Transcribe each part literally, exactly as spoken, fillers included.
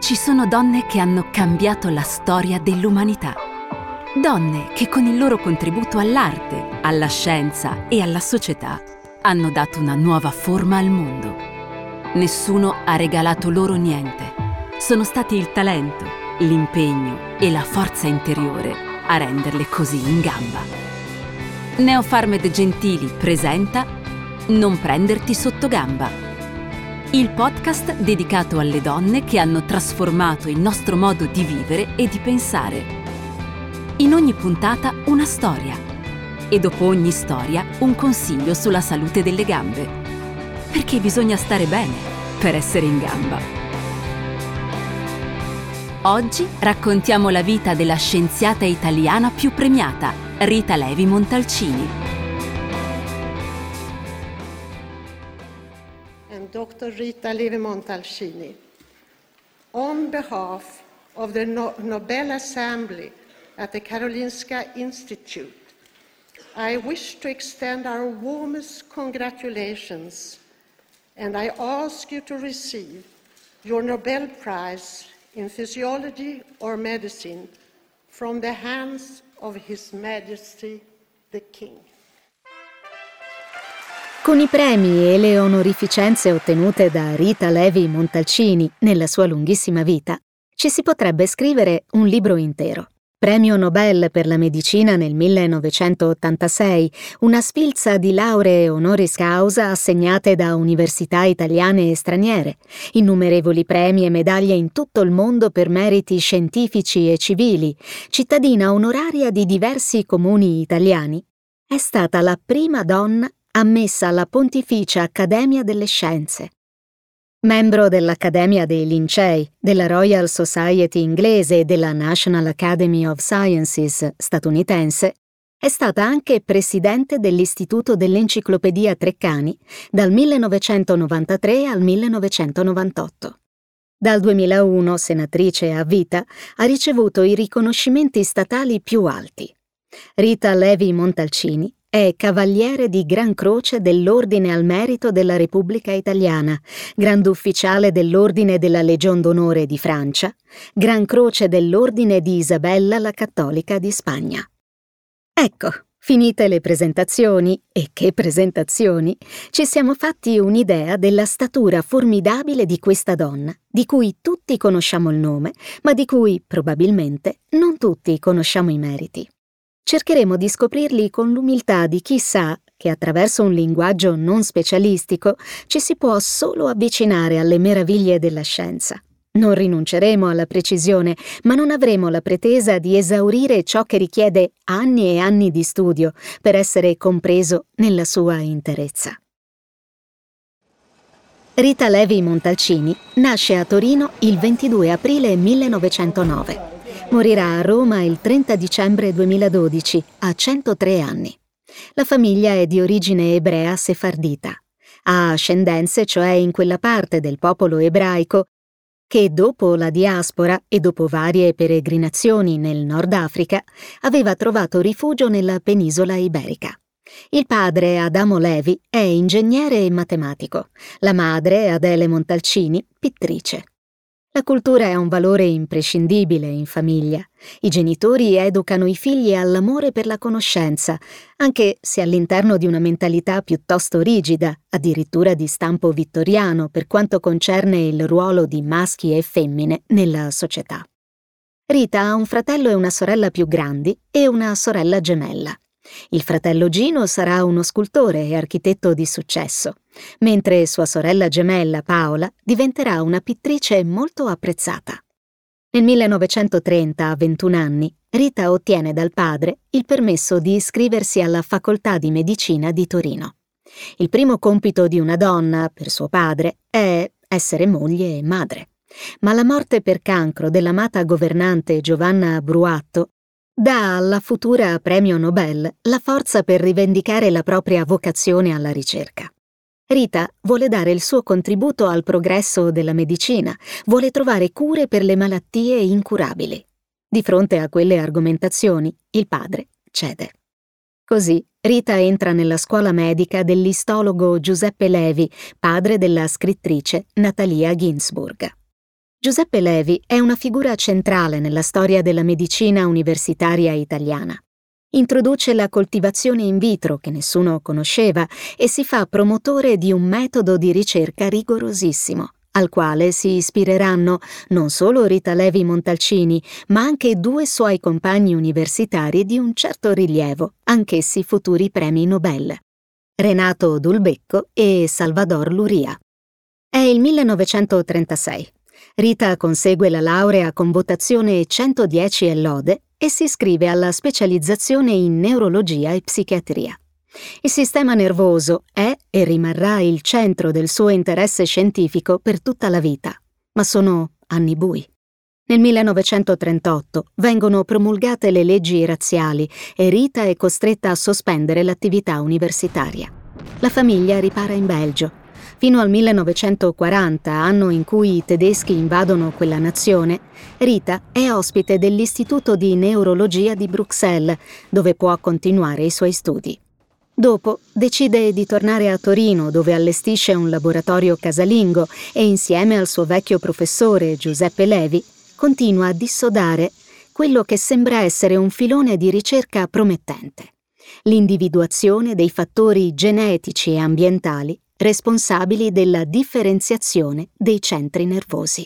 Ci sono donne che hanno cambiato la storia dell'umanità. Donne che con il loro contributo all'arte, alla scienza e alla società hanno dato una nuova forma al mondo. Nessuno ha regalato loro niente. Sono stati il talento, l'impegno e la forza interiore a renderle così in gamba. Neofarmed Gentili presenta Non prenderti sotto gamba. Il podcast dedicato alle donne che hanno trasformato il nostro modo di vivere e di pensare. In ogni puntata una storia e dopo ogni storia un consiglio sulla salute delle gambe. Perché bisogna stare bene per essere in gamba. Oggi raccontiamo la vita della scienziata italiana più premiata, Rita Levi Montalcini. Doctor Rita Levi Montalcini, on behalf of the no- Nobel Assembly at the Karolinska Institute, I wish to extend our warmest congratulations, and I ask you to receive your Nobel Prize in Physiology or Medicine from the hands of His Majesty the King. Con i premi e le onorificenze ottenute da Rita Levi Montalcini nella sua lunghissima vita, ci si potrebbe scrivere un libro intero. Premio Nobel per la medicina nel millenovecentottantasei, una sfilza di lauree honoris causa assegnate da università italiane e straniere, innumerevoli premi e medaglie in tutto il mondo per meriti scientifici e civili, cittadina onoraria di diversi comuni italiani. È stata la prima donna ammessa alla Pontificia Accademia delle Scienze. Membro dell'Accademia dei Lincei, della Royal Society inglese e della National Academy of Sciences statunitense, è stata anche presidente dell'Istituto dell'Enciclopedia Treccani dal millenovecentonovantatré al millenovecentonovantotto. Dal duemilauno, senatrice a vita, ha ricevuto i riconoscimenti statali più alti. Rita Levi Montalcini è Cavaliere di Gran Croce dell'Ordine al Merito della Repubblica Italiana, Grandufficiale dell'Ordine della Legion d'Onore di Francia, Gran Croce dell'Ordine di Isabella la Cattolica di Spagna. Ecco, finite le presentazioni, e che presentazioni, ci siamo fatti un'idea della statura formidabile di questa donna, di cui tutti conosciamo il nome, ma di cui, probabilmente, non tutti conosciamo i meriti. Cercheremo di scoprirli con l'umiltà di chi sa che attraverso un linguaggio non specialistico ci si può solo avvicinare alle meraviglie della scienza. Non rinunceremo alla precisione, ma non avremo la pretesa di esaurire ciò che richiede anni e anni di studio per essere compreso nella sua interezza. Rita Levi Montalcini nasce a Torino il ventidue aprile millenovecentonove. Morirà a Roma il trenta dicembre duemiladodici, a centotré anni. La famiglia è di origine ebrea sefardita. Ha ascendenze, cioè in quella parte del popolo ebraico che, dopo la diaspora e dopo varie peregrinazioni nel Nord Africa, aveva trovato rifugio nella penisola iberica. Il padre, Adamo Levi, è ingegnere e matematico. La madre, Adele Montalcini, pittrice. La cultura è un valore imprescindibile in famiglia. I genitori educano i figli all'amore per la conoscenza, anche se all'interno di una mentalità piuttosto rigida, addirittura di stampo vittoriano per quanto concerne il ruolo di maschi e femmine nella società. Rita ha un fratello e una sorella più grandi e una sorella gemella. Il fratello Gino sarà uno scultore e architetto di successo, mentre sua sorella gemella Paola diventerà una pittrice molto apprezzata. Nel millenovecentotrenta, a ventuno anni, Rita ottiene dal padre il permesso di iscriversi alla Facoltà di Medicina di Torino. Il primo compito di una donna, per suo padre, è essere moglie e madre. Ma la morte per cancro dell'amata governante Giovanna Bruatto dà alla futura premio Nobel la forza per rivendicare la propria vocazione alla ricerca. Rita vuole dare il suo contributo al progresso della medicina, vuole trovare cure per le malattie incurabili. Di fronte a quelle argomentazioni, il padre cede. Così Rita entra nella scuola medica dell'istologo Giuseppe Levi, padre della scrittrice Natalia Ginzburg. Giuseppe Levi è una figura centrale nella storia della medicina universitaria italiana. Introduce la coltivazione in vitro che nessuno conosceva e si fa promotore di un metodo di ricerca rigorosissimo, al quale si ispireranno non solo Rita Levi Montalcini, ma anche due suoi compagni universitari di un certo rilievo, anch'essi futuri premi Nobel, Renato Dulbecco e Salvador Luria. È il millenovecentotrentasei. Rita consegue la laurea con votazione centodieci e lode e si iscrive alla specializzazione in neurologia e psichiatria. Il sistema nervoso è e rimarrà il centro del suo interesse scientifico per tutta la vita, ma sono anni bui. Nel millenovecentotrentotto vengono promulgate le leggi razziali e Rita è costretta a sospendere l'attività universitaria. La famiglia ripara in Belgio. Fino al millenovecentoquaranta, anno in cui i tedeschi invadono quella nazione, Rita è ospite dell'Istituto di Neurologia di Bruxelles, dove può continuare i suoi studi. Dopo decide di tornare a Torino, dove allestisce un laboratorio casalingo e insieme al suo vecchio professore Giuseppe Levi continua a dissodare quello che sembra essere un filone di ricerca promettente: l'individuazione dei fattori genetici e ambientali responsabili della differenziazione dei centri nervosi.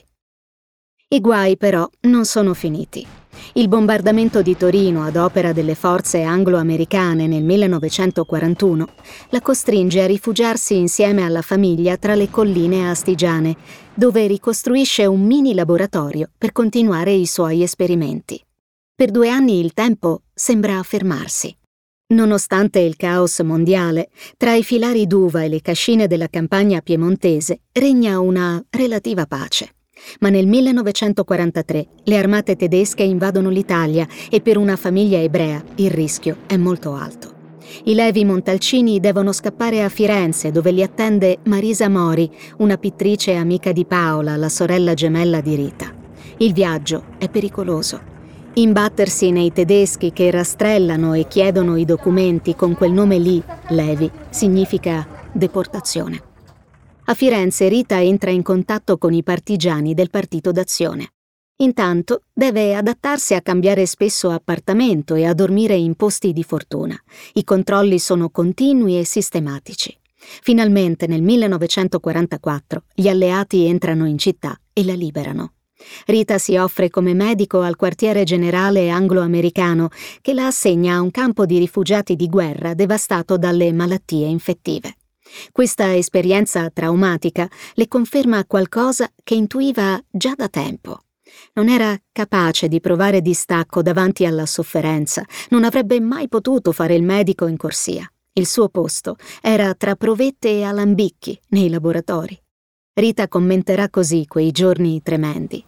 I guai però non sono finiti. Il bombardamento di Torino ad opera delle forze anglo-americane nel millenovecentoquarantuno la costringe a rifugiarsi insieme alla famiglia tra le colline astigiane, dove ricostruisce un mini laboratorio per continuare i suoi esperimenti. Per due anni il tempo sembra fermarsi. Nonostante il caos mondiale, tra i filari d'uva e le cascine della campagna piemontese regna una relativa pace. Ma nel millenovecentoquarantatré le armate tedesche invadono l'Italia e per una famiglia ebrea il rischio è molto alto. I Levi Montalcini devono scappare a Firenze, dove li attende Marisa Mori, una pittrice amica di Paola, la sorella gemella di Rita. Il viaggio è pericoloso. Imbattersi nei tedeschi che rastrellano e chiedono i documenti con quel nome lì, Levi, significa deportazione. A Firenze Rita entra in contatto con i partigiani del Partito d'Azione. Intanto deve adattarsi a cambiare spesso appartamento e a dormire in posti di fortuna. I controlli sono continui e sistematici. Finalmente nel millenovecentoquarantaquattro gli alleati entrano in città e la liberano. Rita si offre come medico al quartiere generale anglo-americano, che la assegna a un campo di rifugiati di guerra devastato dalle malattie infettive. Questa esperienza traumatica le conferma qualcosa che intuiva già da tempo. Non era capace di provare distacco davanti alla sofferenza, non avrebbe mai potuto fare il medico in corsia. Il suo posto era tra provette e alambicchi nei laboratori. Rita commenterà così quei giorni tremendi.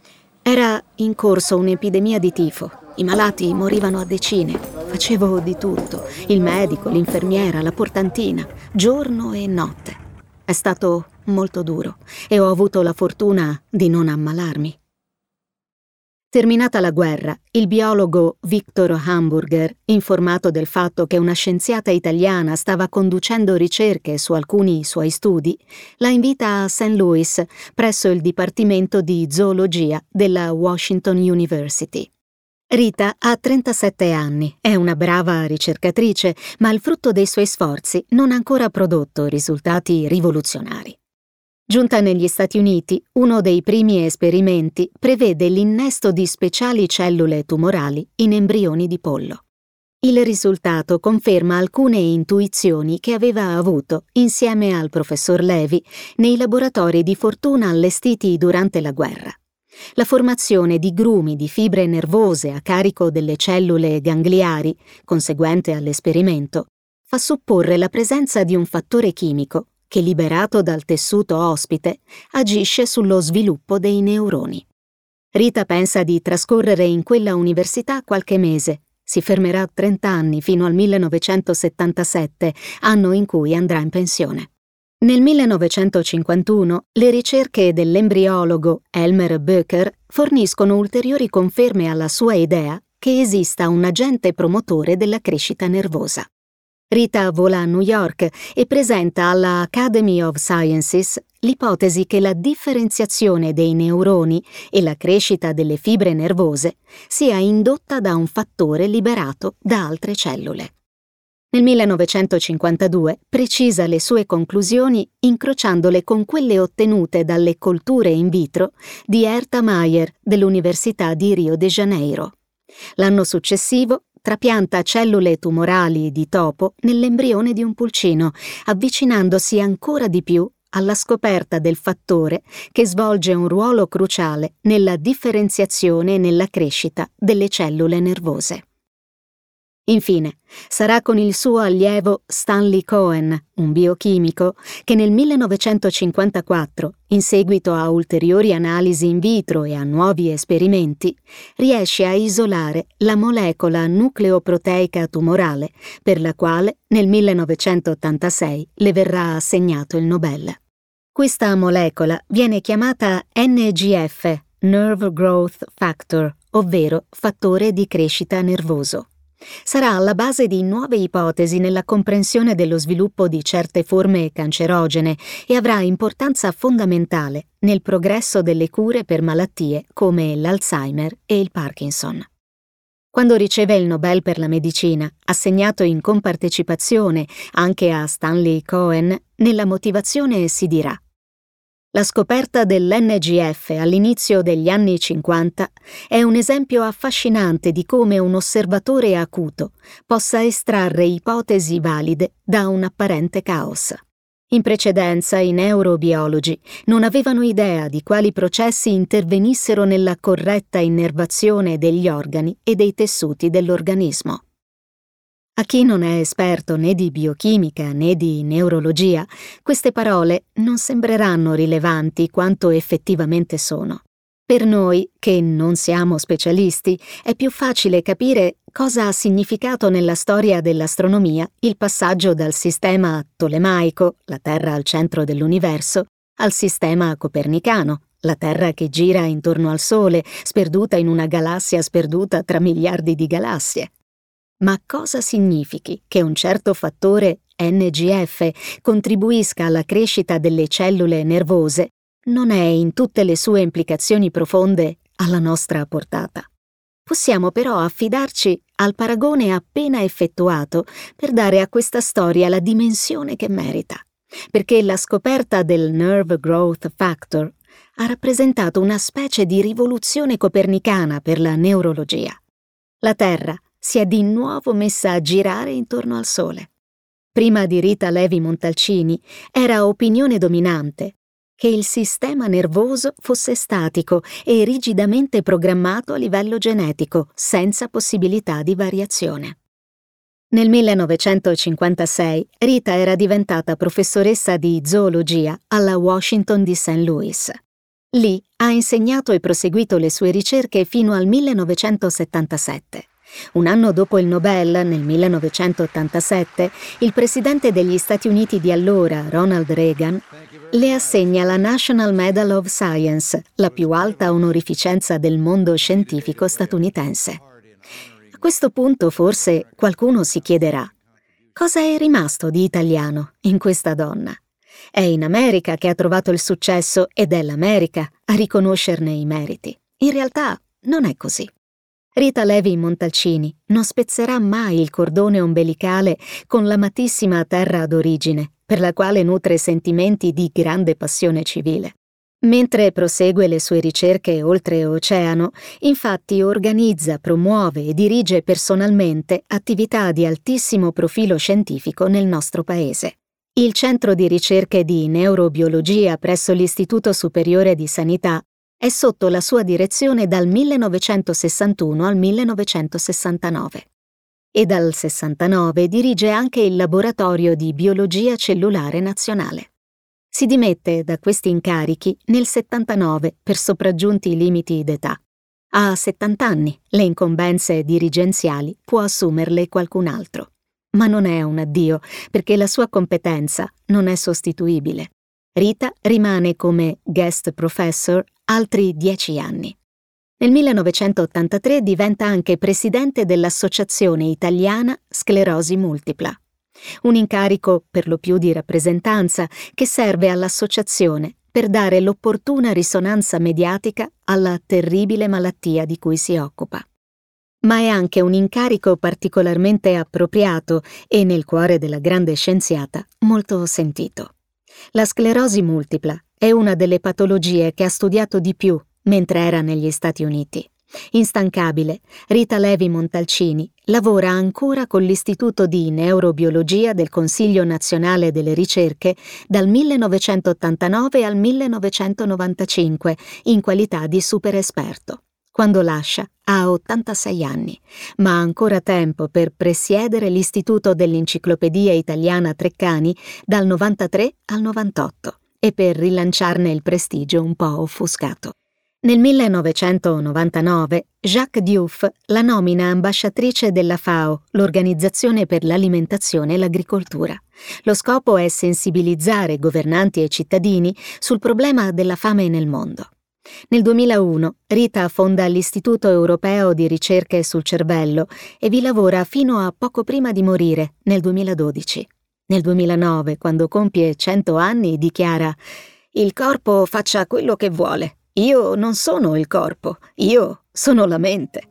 Era in corso un'epidemia di tifo. I malati morivano a decine. Facevo di tutto. Il medico, l'infermiera, la portantina, giorno e notte. È stato molto duro e ho avuto la fortuna di non ammalarmi. Terminata la guerra, il biologo Victor Hamburger, informato del fatto che una scienziata italiana stava conducendo ricerche su alcuni suoi studi, la invita a Saint Louis, presso il Dipartimento di Zoologia della Washington University. Rita ha trentasette anni, è una brava ricercatrice, ma il frutto dei suoi sforzi non ha ancora prodotto risultati rivoluzionari. Giunta negli Stati Uniti, uno dei primi esperimenti prevede l'innesto di speciali cellule tumorali in embrioni di pollo. Il risultato conferma alcune intuizioni che aveva avuto insieme al professor Levi nei laboratori di fortuna allestiti durante la guerra. La formazione di grumi di fibre nervose a carico delle cellule gangliari, conseguente all'esperimento, fa supporre la presenza di un fattore chimico che, liberato dal tessuto ospite, agisce sullo sviluppo dei neuroni. Rita pensa di trascorrere in quella università qualche mese. Si fermerà trenta anni fino al millenovecentosettantasette, anno in cui andrà in pensione. Nel millenovecentocinquantuno le ricerche dell'embriologo Elmer Böker forniscono ulteriori conferme alla sua idea che esista un agente promotore della crescita nervosa. Rita vola a New York e presenta alla Academy of Sciences l'ipotesi che la differenziazione dei neuroni e la crescita delle fibre nervose sia indotta da un fattore liberato da altre cellule. Nel millenovecentocinquantadue precisa le sue conclusioni incrociandole con quelle ottenute dalle colture in vitro di Herta Mayer dell'Università di Rio de Janeiro. L'anno successivo trapianta cellule tumorali di topo nell'embrione di un pulcino, avvicinandosi ancora di più alla scoperta del fattore che svolge un ruolo cruciale nella differenziazione e nella crescita delle cellule nervose. Infine, sarà con il suo allievo Stanley Cohen, un biochimico, che nel millenovecentocinquantaquattro, in seguito a ulteriori analisi in vitro e a nuovi esperimenti, riesce a isolare la molecola nucleoproteica tumorale, per la quale nel millenovecentottantasei le verrà assegnato il Nobel. Questa molecola viene chiamata N G F, Nerve Growth Factor, ovvero fattore di crescita nervoso. Sarà alla base di nuove ipotesi nella comprensione dello sviluppo di certe forme cancerogene e avrà importanza fondamentale nel progresso delle cure per malattie come l'Alzheimer e il Parkinson. Quando riceve il Nobel per la medicina, assegnato in compartecipazione anche a Stanley Cohen, nella motivazione si dirà: la scoperta dell'N G F all'inizio degli anni cinquanta è un esempio affascinante di come un osservatore acuto possa estrarre ipotesi valide da un apparente caos. In precedenza i neurobiologi non avevano idea di quali processi intervenissero nella corretta innervazione degli organi e dei tessuti dell'organismo. A chi non è esperto né di biochimica né di neurologia, queste parole non sembreranno rilevanti quanto effettivamente sono. Per noi, che non siamo specialisti, è più facile capire cosa ha significato nella storia dell'astronomia il passaggio dal sistema tolemaico, la Terra al centro dell'universo, al sistema copernicano, la Terra che gira intorno al Sole, sperduta in una galassia sperduta tra miliardi di galassie. Ma cosa significhi che un certo fattore N G F contribuisca alla crescita delle cellule nervose non è in tutte le sue implicazioni profonde alla nostra portata. Possiamo però affidarci al paragone appena effettuato per dare a questa storia la dimensione che merita, perché la scoperta del Nerve Growth Factor ha rappresentato una specie di rivoluzione copernicana per la neurologia. La Terra si è di nuovo messa a girare intorno al Sole. Prima di Rita Levi Montalcini era opinione dominante che il sistema nervoso fosse statico e rigidamente programmato a livello genetico, senza possibilità di variazione. Nel millenovecentocinquantasei Rita era diventata professoressa di zoologia alla Washington di Saint Louis. Lì ha insegnato e proseguito le sue ricerche fino al millenovecentosettantasette. Un anno dopo il Nobel, nel millenovecentottantasette, il presidente degli Stati Uniti di allora, Ronald Reagan, le assegna la National Medal of Science, la più alta onorificenza del mondo scientifico statunitense. A questo punto forse qualcuno si chiederà: cosa è rimasto di italiano in questa donna? È in America che ha trovato il successo ed è l'America a riconoscerne i meriti. In realtà non è così. Rita Levi Montalcini non spezzerà mai il cordone ombelicale con l'amatissima terra d'origine, per la quale nutre sentimenti di grande passione civile. Mentre prosegue le sue ricerche oltreoceano, infatti organizza, promuove e dirige personalmente attività di altissimo profilo scientifico nel nostro paese. Il Centro di Ricerche di Neurobiologia presso l'Istituto Superiore di Sanità è sotto la sua direzione dal millenovecentosessantuno al millenovecentosessantanove. E dal sessantanove dirige anche il Laboratorio di Biologia Cellulare Nazionale. Si dimette da questi incarichi nel settantanove per sopraggiunti limiti d'età. A settanta anni le incombenze dirigenziali può assumerle qualcun altro. Ma non è un addio, perché la sua competenza non è sostituibile. Rita rimane come guest professor altri dieci anni. Nel millenovecentottantatré diventa anche presidente dell'Associazione Italiana Sclerosi Multipla. Un incarico per lo più di rappresentanza che serve all'associazione per dare l'opportuna risonanza mediatica alla terribile malattia di cui si occupa. Ma è anche un incarico particolarmente appropriato e, nel cuore della grande scienziata, molto sentito. La sclerosi multipla è una delle patologie che ha studiato di più mentre era negli Stati Uniti. Instancabile, Rita Levi Montalcini lavora ancora con l'Istituto di Neurobiologia del Consiglio Nazionale delle Ricerche dal millenovecentottantanove al millenovecentonovantacinque in qualità di super esperto. Quando lascia ha ottantasei anni, ma ha ancora tempo per presiedere l'Istituto dell'Enciclopedia Italiana Treccani dal novantatré al novantotto e per rilanciarne il prestigio un po' offuscato. Nel millenovecentonovantanove Jacques Diouf la nomina ambasciatrice della FAO, l'Organizzazione per l'Alimentazione e l'Agricoltura. Lo scopo è sensibilizzare governanti e cittadini sul problema della fame nel mondo. Nel duemilauno Rita fonda l'Istituto Europeo di Ricerche sul Cervello e vi lavora fino a poco prima di morire, nel duemiladodici. Nel duemilanove, quando compie cento anni, dichiara: «Il corpo faccia quello che vuole. Io non sono il corpo, io sono la mente».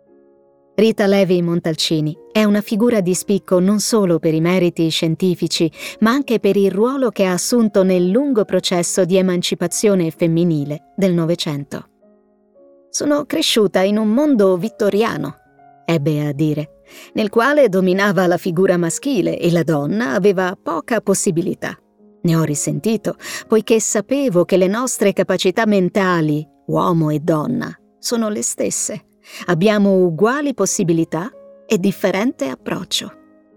Rita Levi Montalcini è una figura di spicco non solo per i meriti scientifici, ma anche per il ruolo che ha assunto nel lungo processo di emancipazione femminile del Novecento. «Sono cresciuta in un mondo vittoriano», ebbe a dire, nel quale dominava la figura maschile e la donna aveva poca possibilità. Ne ho risentito, poiché sapevo che le nostre capacità mentali, uomo e donna, sono le stesse. Abbiamo uguali possibilità e differente approccio.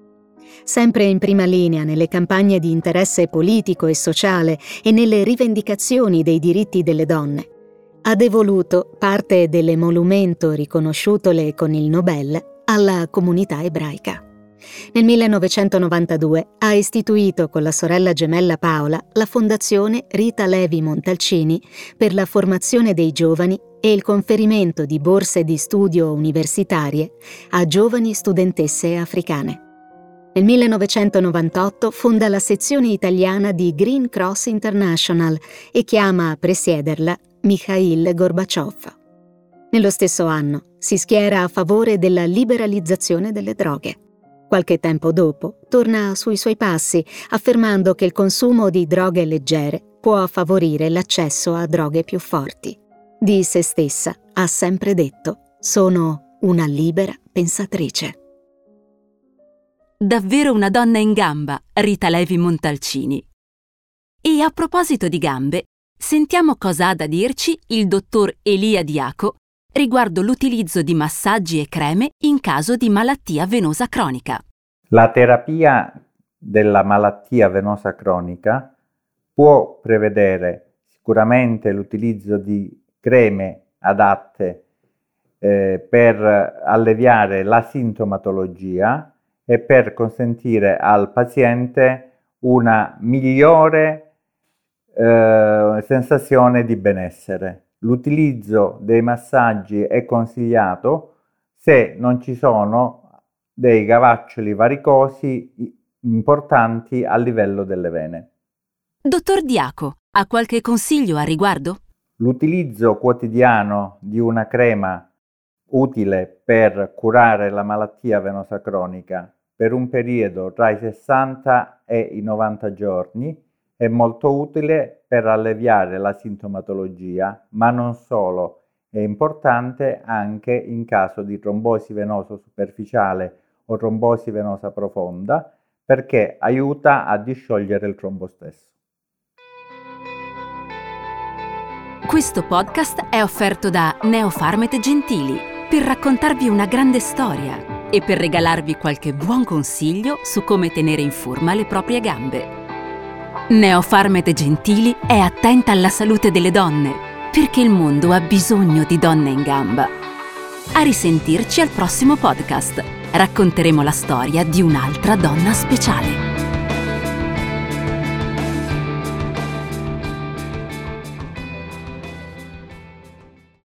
Sempre in prima linea nelle campagne di interesse politico e sociale e nelle rivendicazioni dei diritti delle donne, ha devoluto parte dell'emolumento riconosciutole con il Nobel alla comunità ebraica. Nel millenovecentonovantadue ha istituito con la sorella gemella Paola la Fondazione Rita Levi Montalcini per la formazione dei giovani e il conferimento di borse di studio universitarie a giovani studentesse africane. Nel millenovecentonovantotto fonda la sezione italiana di Green Cross International e chiama a presiederla Mikhail Gorbaciov. Nello stesso anno si schiera a favore della liberalizzazione delle droghe. Qualche tempo dopo torna sui suoi passi, affermando che il consumo di droghe leggere può favorire l'accesso a droghe più forti. Di se stessa ha sempre detto: «Sono una libera pensatrice». Davvero una donna in gamba, Rita Levi Montalcini. E a proposito di gambe, sentiamo cosa ha da dirci il dottor Elia Diaco riguardo l'utilizzo di massaggi e creme in caso di malattia venosa cronica. La terapia della malattia venosa cronica può prevedere sicuramente l'utilizzo di creme adatte eh, per alleviare la sintomatologia e per consentire al paziente una migliore eh, sensazione di benessere. L'utilizzo dei massaggi è consigliato se non ci sono dei gavaccioli varicosi importanti a livello delle vene. Dottor Diaco, ha qualche consiglio a riguardo? L'utilizzo quotidiano di una crema utile per curare la malattia venosa cronica per un periodo tra i sessanta e i novanta giorni è molto utile per alleviare la sintomatologia, ma non solo, è importante anche in caso di trombosi venosa superficiale o trombosi venosa profonda, perché aiuta a disciogliere il trombo stesso. Questo podcast è offerto da Neofarmete Gentili per raccontarvi una grande storia e per regalarvi qualche buon consiglio su come tenere in forma le proprie gambe. Neofarmete Gentili è attenta alla salute delle donne, perché il mondo ha bisogno di donne in gamba. A risentirci al prossimo podcast. Racconteremo la storia di un'altra donna speciale.